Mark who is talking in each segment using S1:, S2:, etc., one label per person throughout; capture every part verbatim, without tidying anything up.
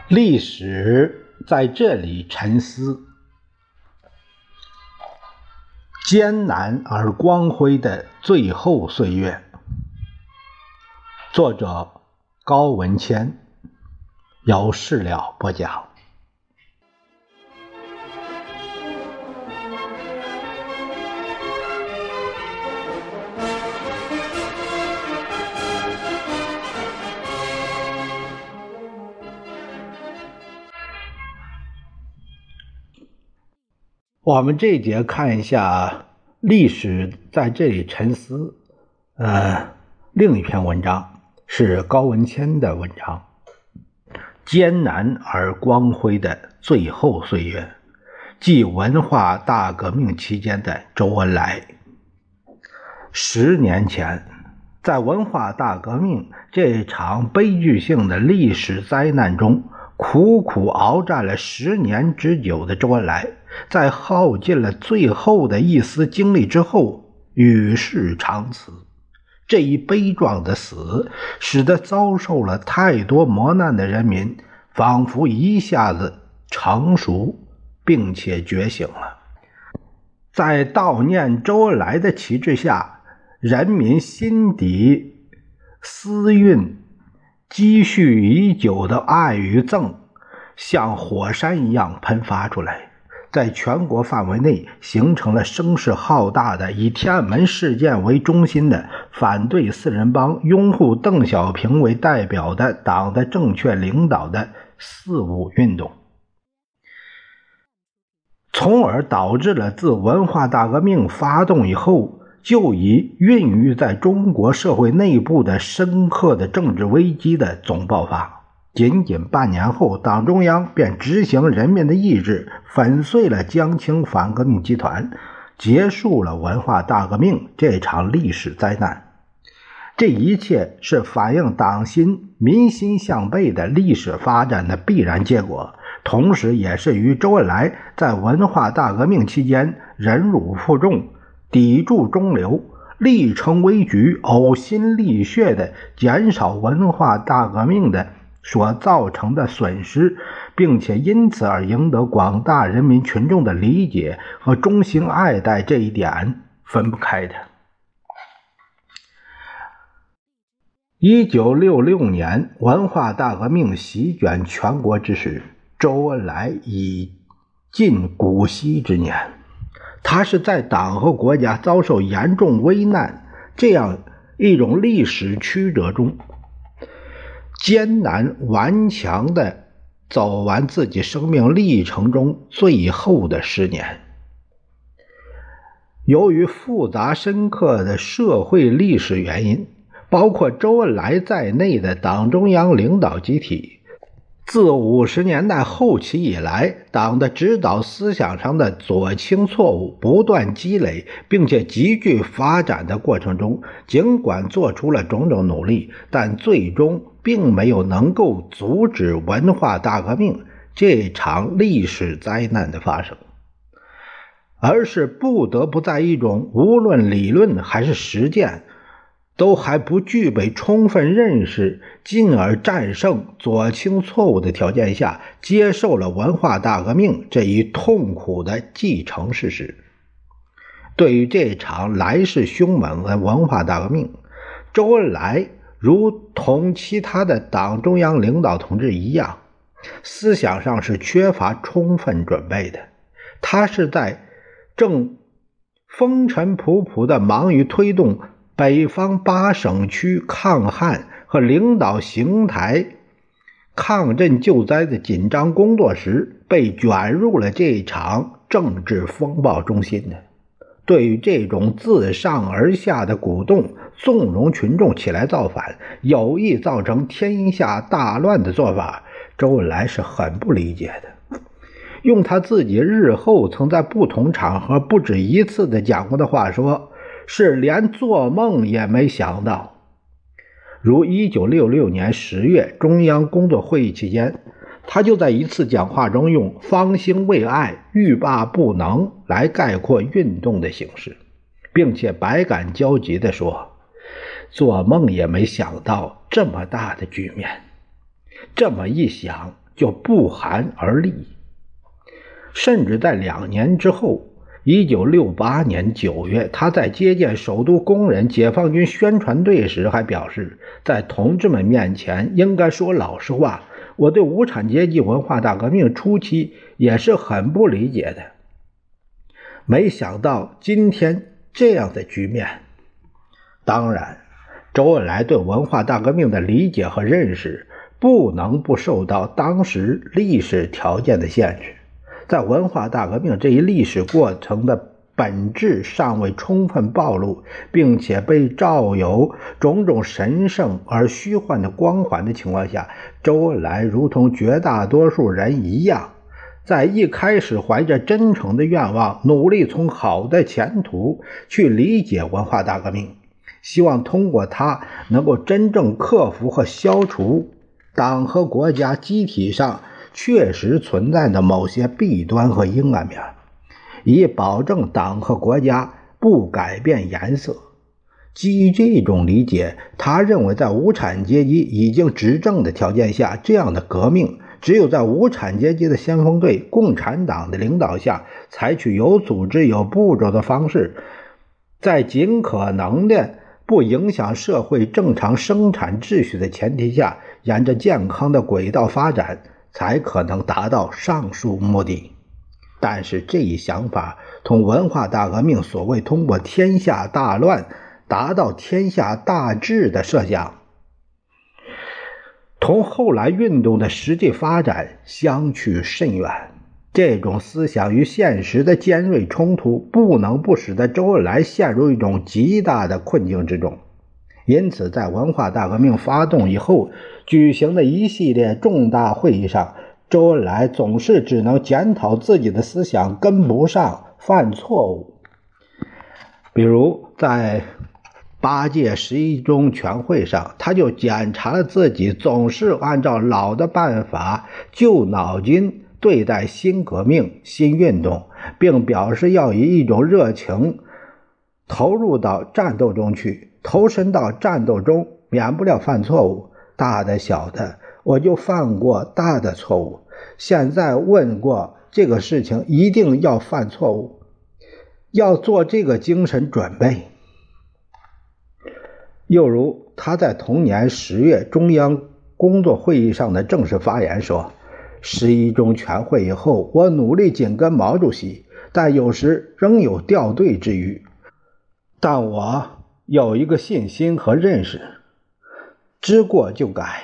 S1: 历史在这里沉思，艰难而光辉的最后岁月。作者高文谦，由事了播讲。我们这一节看一下历史在这里沉思，呃，另一篇文章是高文谦的文章，艰难而光辉的最后岁月，即文化大革命期间的周恩来。十年前，在文化大革命这场悲剧性的历史灾难中，苦苦鏖战了十年之久的周恩来，在耗尽了最后的一丝精力之后，与世长辞。这一悲壮的死，使得遭受了太多磨难的人民，仿佛一下子成熟并且觉醒了。在悼念周恩来的旗帜下，人民心底私蕴积蓄已久的爱与憎像火山一样喷发出来，在全国范围内形成了声势浩大的以天安门事件为中心的反对四人帮、拥护邓小平为代表的党的正确领导的四五运动，从而导致了自文化大革命发动以后就已孕育在中国社会内部的深刻的政治危机的总爆发。仅仅半年后，党中央便执行人民的意志，粉碎了江青反革命集团，结束了文化大革命这场历史灾难。这一切是反映党心民心向背的历史发展的必然结果，同时也是与周恩来在文化大革命期间忍辱负重、砥柱中流、力撑危局、呕心沥血的减少文化大革命的所造成的损失，并且因此而赢得广大人民群众的理解和衷心爱戴，这一点分不开的。一九六六年文化大革命席卷全国之时，周恩来已近古稀之年，他是在党和国家遭受严重危难这样一种历史曲折中，艰难顽强地走完自己生命历程中最后的十年。由于复杂深刻的社会历史原因，包括周恩来在内的党中央领导集体自五十年代后期以来，党的指导思想上的左倾错误不断积累并且急剧发展的过程中，尽管做出了种种努力，但最终并没有能够阻止文化大革命这场历史灾难的发生，而是不得不在一种无论理论还是实践都还不具备充分认识，进而战胜左倾错误的条件下，接受了文化大革命这一痛苦的既成事实。对于这场来势凶猛的文化大革命，周恩来如同其他的党中央领导同志一样，思想上是缺乏充分准备的。他是在正风尘仆仆地忙于推动北方八省区抗旱和领导邢台抗震救灾的紧张工作时，被卷入了这场政治风暴中心的。对于这种自上而下的鼓动，纵容群众起来造反，有意造成天下大乱的做法，周恩来是很不理解的。用他自己日后曾在不同场合不止一次的讲过的话说，是连做梦也没想到。如一九六六年十月中央工作会议期间，他就在一次讲话中用方兴未艾、欲罢不能来概括运动的形势，并且百感交集地说，做梦也没想到这么大的局面。这么一想， 就不寒而栗。甚至在两年之后，一九六八年九月，他在接见首都工人解放军宣传队时还表示，在同志们面前应该说老实话，我对无产阶级文化大革命初期也是很不理解的。没想到今天这样的局面。当然，周恩来对文化大革命的理解和认识不能不受到当时历史条件的限制。在文化大革命这一历史过程的本质尚未充分暴露，并且被罩有种种神圣而虚幻的光环的情况下，周恩来如同绝大多数人一样，在一开始怀着真诚的愿望，努力从好的前途去理解文化大革命，希望通过它能够真正克服和消除党和国家机体上确实存在的某些弊端和阴暗面，以保证党和国家不改变颜色。基于这种理解，他认为在无产阶级已经执政的条件下，这样的革命只有在无产阶级的先锋队共产党的领导下，采取有组织有步骤的方式，在尽可能的不影响社会正常生产秩序的前提下，沿着健康的轨道发展，才可能达到上述目的。但是这一想法同文化大革命所谓通过天下大乱达到天下大治的设想，同后来运动的实际发展相去甚远。这种思想与现实的尖锐冲突，不能不使得周恩来陷入一种极大的困境之中。因此，在文化大革命发动以后举行的一系列重大会议上，周恩来总是只能检讨自己的思想跟不上，犯错误。比如在八届十一中全会上，他就检查了自己总是按照老的办法旧脑筋对待新革命新运动，并表示要以一种热情投入到战斗中去，投身到战斗中免不了犯错误，大的小的我就犯过大的错误，现在问过这个事情一定要犯错误，要做这个精神准备。又如他在同年十月中央工作会议上的正式发言说，十一中全会以后，我努力紧跟毛主席，但有时仍有掉队之余，但我有一个信心和认识，知过就改，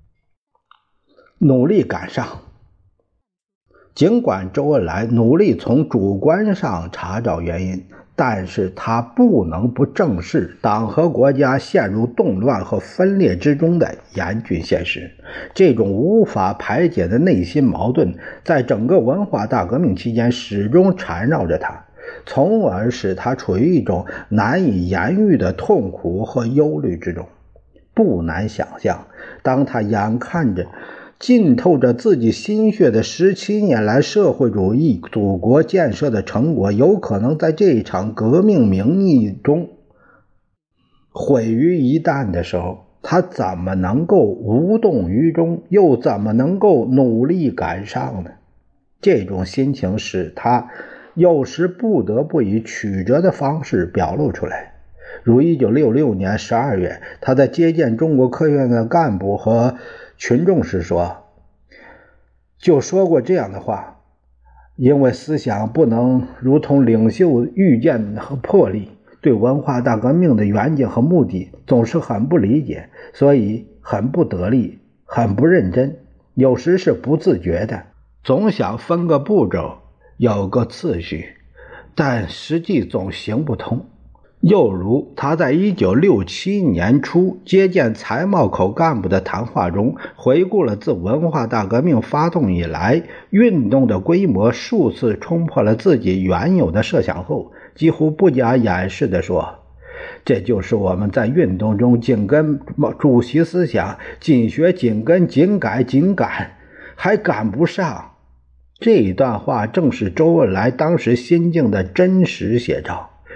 S1: 努力赶上。尽管周恩来努力从主观上查找原因，但是他不能不正视党和国家陷入动乱和分裂之中的严峻现实。这种无法排解的内心矛盾，在整个文化大革命期间始终缠绕着他，从而使他处于一种难以言喻的痛苦和忧虑之中。不难想象，当他眼看着浸透着自己心血的十七年来社会主义祖国建设的成果有可能在这一场革命名义中毁于一旦的时候，他怎么能够无动于衷，又怎么能够努力赶上呢？这种心情使他有时不得不以曲折的方式表露出来。如一九六六年十二月，他在接见中国科学院的干部和群众时说，就说过这样的话，因为思想不能如同领袖预见和魄力，对文化大革命的远景和目的总是很不理解，所以很不得力，很不认真，有时是不自觉的，总想分个步骤，有个次序，但实际总行不通。又如他在一九六七年初接见财贸口干部的谈话中，回顾了自文化大革命发动以来运动的规模数次冲破了自己原有的设想后，几乎不加掩饰地说，这就是我们在运动中紧跟主席思想，紧学紧跟，紧改紧赶，还赶不上。这一段话正是周恩来当时心境的真实写照。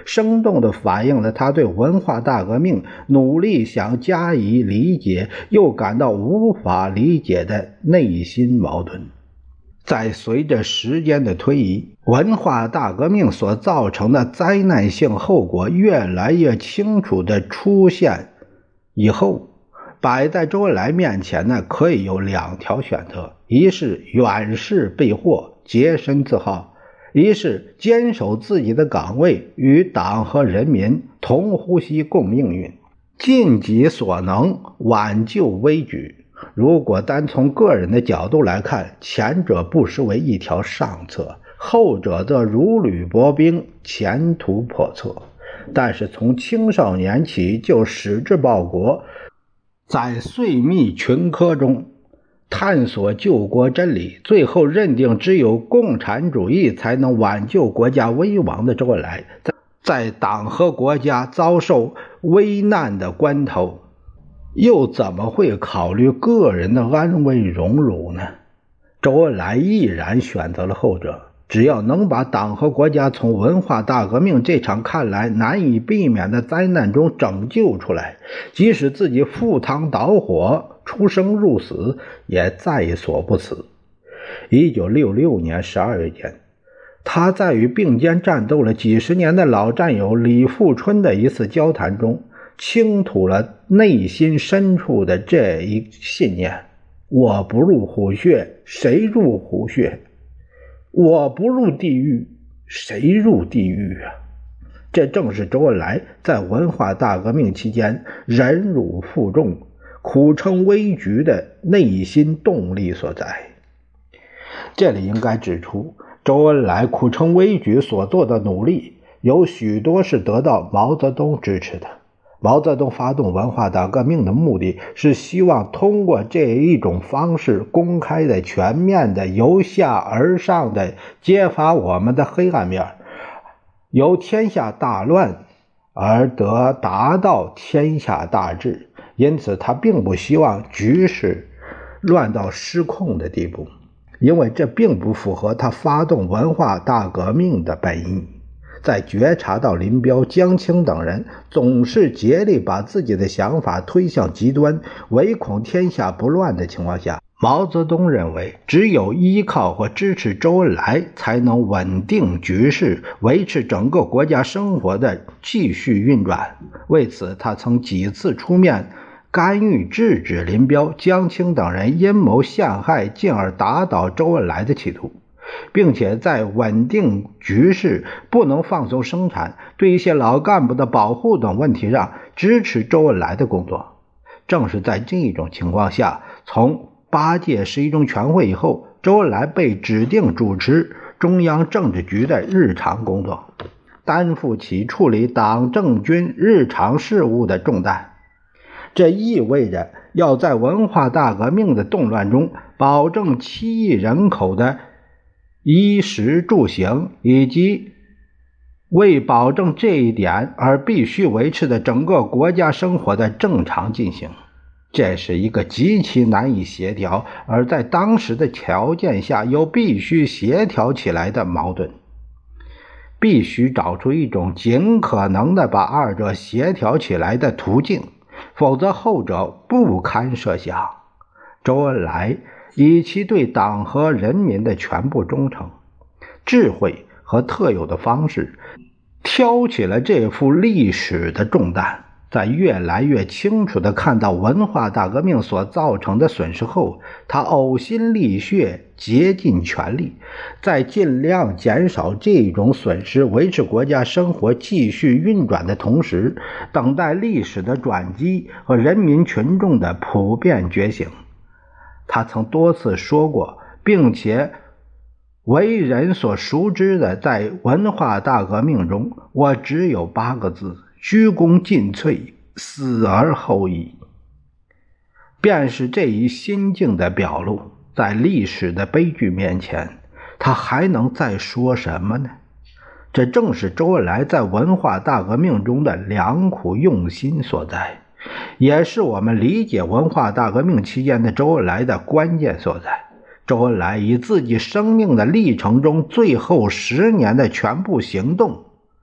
S1: 生动地反映了他对文化大革命努力想加以理解又感到无法理解的内心矛盾。在随着时间的推移，文化大革命所造成的灾难性后果越来越清楚地出现以后，摆在周恩来面前呢，可以有两条选择：一是远视避祸，洁身自好；一是坚守自己的岗位，与党和人民同呼吸共命运，尽己所能挽救危局。如果单从个人的角度来看，前者不失为一条上策，后者则如履薄冰，前途叵测。但是从青少年起就矢志报国，在遂密群科中探索救国真理，最后认定只有共产主义才能挽救国家危亡的周恩来，在党和国家遭受危难的关头，又怎么会考虑个人的安危荣辱呢？周恩来毅然选择了后者，只要能把党和国家从文化大革命这场看来难以避免的灾难中拯救出来，即使自己赴汤蹈火，出生入死，也在所不辞。一九六六年十二月间，他在与并肩战斗了几十年的老战友李富春的一次交谈中，倾吐了内心深处的这一信念：我不入虎穴，谁入虎穴？我不入地狱，谁入地狱啊？这正是周恩来在文化大革命期间忍辱负重、苦撑危局的内心动力所在。这里应该指出，周恩来苦撑危局所做的努力，有许多是得到毛泽东支持的。毛泽东发动文化大革命的目的是希望通过这一种方式公开的、全面的、由下而上的揭发我们的黑暗面，由天下大乱而得达到天下大治。因此他并不希望局势乱到失控的地步，因为这并不符合他发动文化大革命的本意。在觉察到林彪、江青等人总是竭力把自己的想法推向极端，唯恐天下不乱的情况下，毛泽东认为只有依靠和支持周恩来才能稳定局势，维持整个国家生活的继续运转。为此他曾几次出面干预制止林彪、江青等人阴谋陷害，进而打倒周恩来的企图，并且在稳定局势、不能放松生产、对一些老干部的保护等问题上支持周恩来的工作。正是在这种情况下，从八届十一中全会以后，周恩来被指定主持中央政治局的日常工作，担负起处理党政军日常事务的重担。这意味着要在文化大革命的动乱中保证七亿人口的衣食住行，以及为保证这一点而必须维持的整个国家生活的正常进行。这是一个极其难以协调，而在当时的条件下又必须协调起来的矛盾。必须找出一种尽可能的把二者协调起来的途径，否则后者不堪设想。周恩来以其对党和人民的全部忠诚、智慧和特有的方式，挑起了这副历史的重担。在越来越清楚地看到文化大革命所造成的损失后，他呕心沥血，竭尽全力，在尽量减少这种损失、维持国家生活继续运转的同时，等待历史的转机和人民群众的普遍觉醒。他曾多次说过，并且为人所熟知的，在文化大革命中，我只有八个字：鞠躬尽瘁，死而后已。便是这一心境的表露，在历史的悲剧面前，他还能再说什么呢？这正是周恩来在文化大革命中的良苦用心所在，也是我们理解文化大革命期间的周恩来的关键所在。周恩来以自己生命的历程中最后十年的全部行动，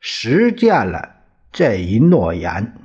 S1: 实践了这一诺言。